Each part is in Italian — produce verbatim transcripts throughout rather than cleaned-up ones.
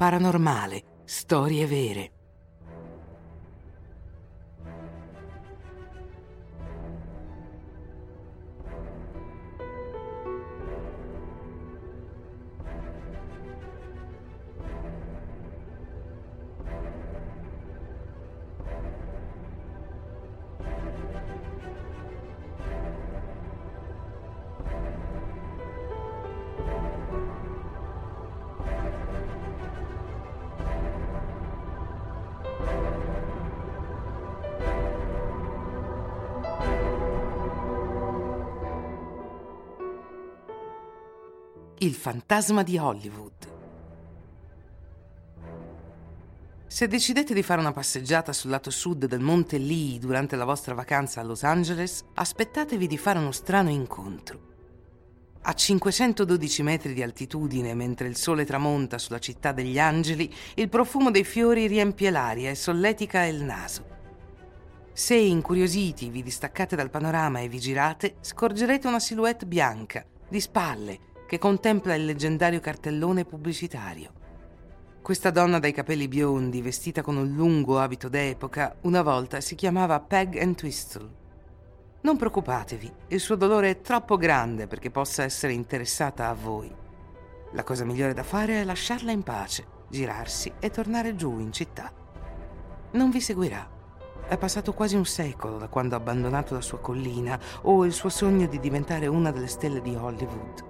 paranormale, storie vere. Il fantasma di Hollywood. Se decidete di fare una passeggiata sul lato sud del Monte Lee durante la vostra vacanza a Los Angeles, aspettatevi di fare uno strano incontro. A cinquecentododici metri di altitudine, mentre il sole tramonta sulla città degli angeli, il profumo dei fiori riempie l'aria e solletica il naso. Se incuriositi vi distaccate dal panorama e vi girate, scorgerete una silhouette bianca, di spalle, che contempla il leggendario cartellone pubblicitario. Questa donna dai capelli biondi, vestita con un lungo abito d'epoca, una volta si chiamava Peg Entwistle. Non preoccupatevi, il suo dolore è troppo grande perché possa essere interessata a voi. La cosa migliore da fare è lasciarla in pace, girarsi e tornare giù in città. Non vi seguirà. È passato quasi un secolo da quando ha abbandonato la sua collina o il suo sogno di diventare una delle stelle di Hollywood.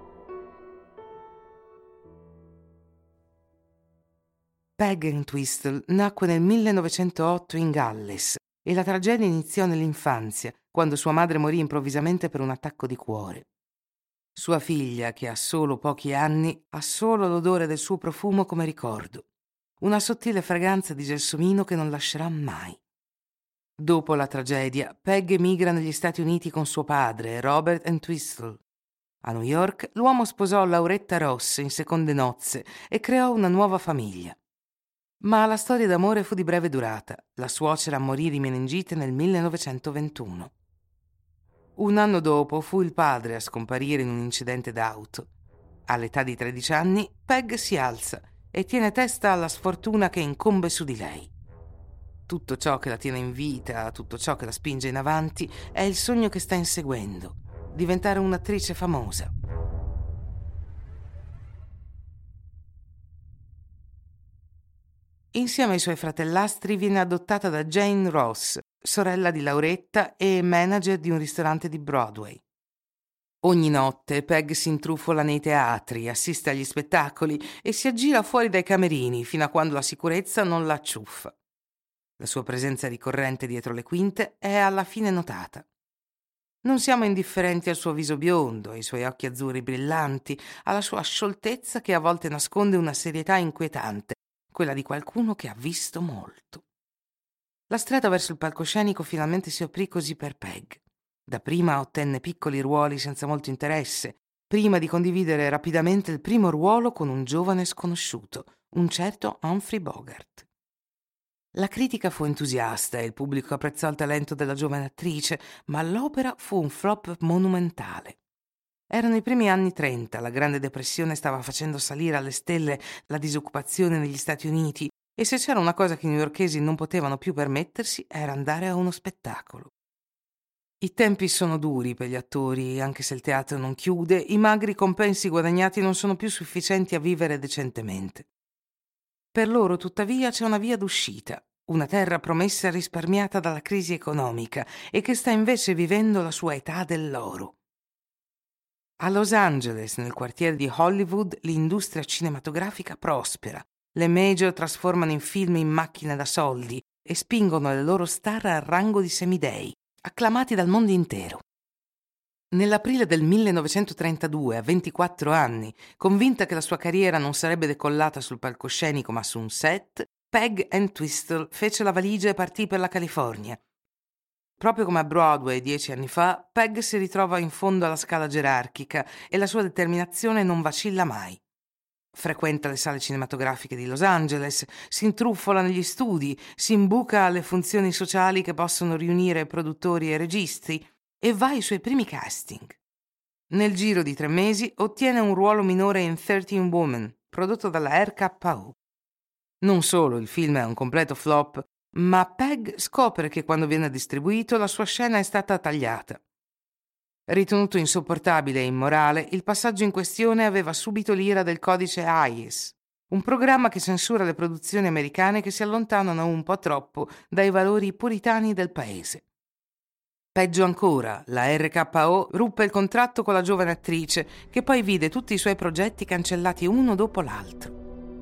Peg Entwistle nacque nel millenovecentootto in Galles e la tragedia iniziò nell'infanzia, quando sua madre morì improvvisamente per un attacco di cuore. Sua figlia, che ha solo pochi anni, ha solo l'odore del suo profumo come ricordo, una sottile fragranza di gelsomino che non lascerà mai. Dopo la tragedia, Peg emigra negli Stati Uniti con suo padre, Robert Entwistle. A New York, l'uomo sposò Lauretta Ross in seconde nozze e creò una nuova famiglia. Ma la storia d'amore fu di breve durata. La suocera morì di meningite nel millenovecentoventuno. Un anno dopo fu il padre a scomparire in un incidente d'auto. All'età di tredici anni, Peg si alza e tiene testa alla sfortuna che incombe su di lei. Tutto ciò che la tiene in vita, tutto ciò che la spinge in avanti, è il sogno che sta inseguendo: diventare un'attrice famosa. Insieme ai suoi fratellastri viene adottata da Jane Ross, sorella di Lauretta e manager di un ristorante di Broadway. Ogni notte Peg si intrufola nei teatri, assiste agli spettacoli e si aggira fuori dai camerini fino a quando la sicurezza non la acciuffa. La sua presenza ricorrente dietro le quinte è alla fine notata. Non siamo indifferenti al suo viso biondo, ai suoi occhi azzurri brillanti, alla sua scioltezza che a volte nasconde una serietà inquietante, quella di qualcuno che ha visto molto. La strada verso il palcoscenico finalmente si aprì così per Peg. Dapprima ottenne piccoli ruoli senza molto interesse, prima di condividere rapidamente il primo ruolo con un giovane sconosciuto, un certo Humphrey Bogart. La critica fu entusiasta e il pubblico apprezzò il talento della giovane attrice, ma l'opera fu un flop monumentale. Erano i primi anni trenta, la Grande Depressione stava facendo salire alle stelle la disoccupazione negli Stati Uniti e se c'era una cosa che i newyorkesi non potevano più permettersi era andare a uno spettacolo. I tempi sono duri per gli attori, anche se il teatro non chiude, i magri compensi guadagnati non sono più sufficienti a vivere decentemente. Per loro, tuttavia, c'è una via d'uscita, una terra promessa risparmiata dalla crisi economica e che sta invece vivendo la sua età dell'oro. A Los Angeles, nel quartiere di Hollywood, l'industria cinematografica prospera. Le major trasformano i film in macchine da soldi e spingono le loro star al rango di semidei, acclamati dal mondo intero. Nell'aprile del millenovecentotrentadue, a ventiquattro anni, convinta che la sua carriera non sarebbe decollata sul palcoscenico ma su un set, Peg Entwistle fece la valigia e partì per la California. Proprio come a Broadway dieci anni fa, Peg si ritrova in fondo alla scala gerarchica e la sua determinazione non vacilla mai. Frequenta le sale cinematografiche di Los Angeles, si intrufola negli studi, si imbuca alle funzioni sociali che possono riunire produttori e registi e va ai suoi primi casting. Nel giro di tre mesi ottiene un ruolo minore in thirteen Women, prodotto dalla R K O. Non solo il film è un completo flop, ma Peg scopre che quando viene distribuito la sua scena è stata tagliata. Ritenuto insopportabile e immorale, il passaggio in questione aveva subito l'ira del codice I S, un programma che censura le produzioni americane che si allontanano un po' troppo dai valori puritani del paese. Peggio ancora, la R K O ruppe il contratto con la giovane attrice, che poi vide tutti i suoi progetti cancellati uno dopo l'altro.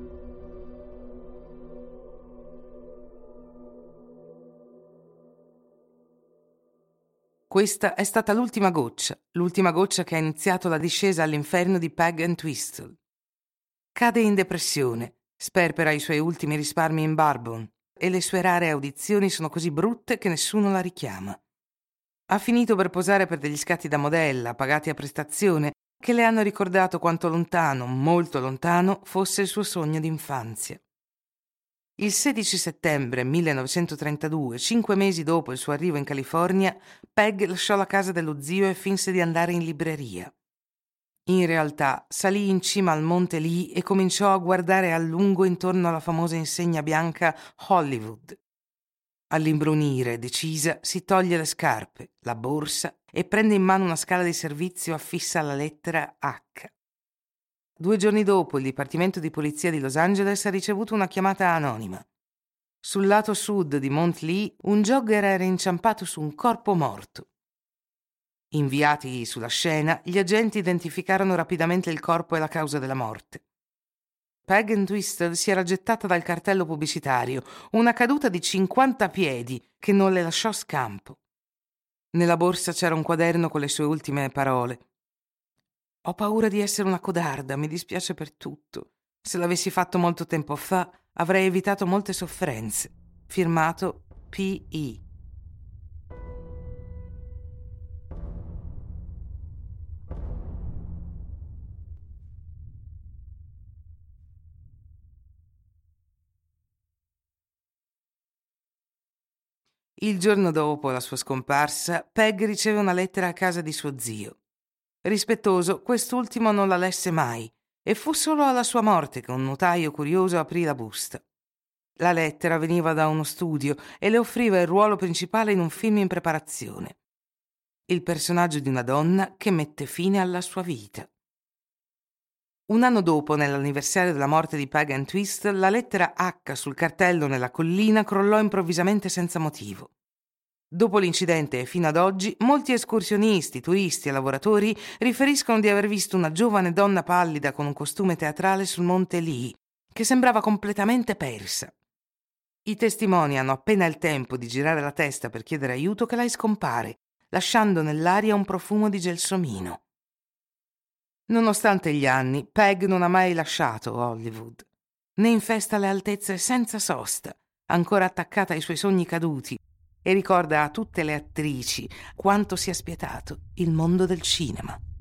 Questa è stata l'ultima goccia, l'ultima goccia che ha iniziato la discesa all'inferno di Peg Entwistle. Cade in depressione, sperpera i suoi ultimi risparmi in bourbon e le sue rare audizioni sono così brutte che nessuno la richiama. Ha finito per posare per degli scatti da modella, pagati a prestazione, che le hanno ricordato quanto lontano, molto lontano, fosse il suo sogno d'infanzia. Il sedici settembre millenovecentotrentadue, cinque mesi dopo il suo arrivo in California, Peg lasciò la casa dello zio e finse di andare in libreria. In realtà salì in cima al monte Lee e cominciò a guardare a lungo intorno alla famosa insegna bianca Hollywood. All'imbrunire, decisa, si toglie le scarpe, la borsa e prende in mano una scala di servizio affissa alla lettera H. Due giorni dopo il Dipartimento di Polizia di Los Angeles ha ricevuto una chiamata anonima. Sul lato sud di Mont Lee un jogger era inciampato su un corpo morto. Inviati sulla scena, gli agenti identificarono rapidamente il corpo e la causa della morte. Peg Entwistle si era gettata dal cartello pubblicitario, una caduta di cinquanta piedi che non le lasciò scampo. Nella borsa c'era un quaderno con le sue ultime parole. Ho paura di essere una codarda, mi dispiace per tutto. Se l'avessi fatto molto tempo fa, avrei evitato molte sofferenze. Firmato P I Il giorno dopo la sua scomparsa, Peg riceve una lettera a casa di suo zio. Rispettoso, quest'ultimo non la lesse mai e fu solo alla sua morte che un notaio curioso aprì la busta. La lettera veniva da uno studio e le offriva il ruolo principale in un film in preparazione. Il personaggio di una donna che mette fine alla sua vita. Un anno dopo, nell'anniversario della morte di Peg Entwistle, la lettera H sul cartello nella collina crollò improvvisamente senza motivo. Dopo l'incidente e fino ad oggi, molti escursionisti, turisti e lavoratori riferiscono di aver visto una giovane donna pallida con un costume teatrale sul monte Lee, che sembrava completamente persa. I testimoni hanno appena il tempo di girare la testa per chiedere aiuto che lei scompare, lasciando nell'aria un profumo di gelsomino. Nonostante gli anni, Peg non ha mai lasciato Hollywood. Ne infesta le altezze senza sosta, ancora attaccata ai suoi sogni caduti, e ricorda a tutte le attrici quanto sia spietato il mondo del cinema.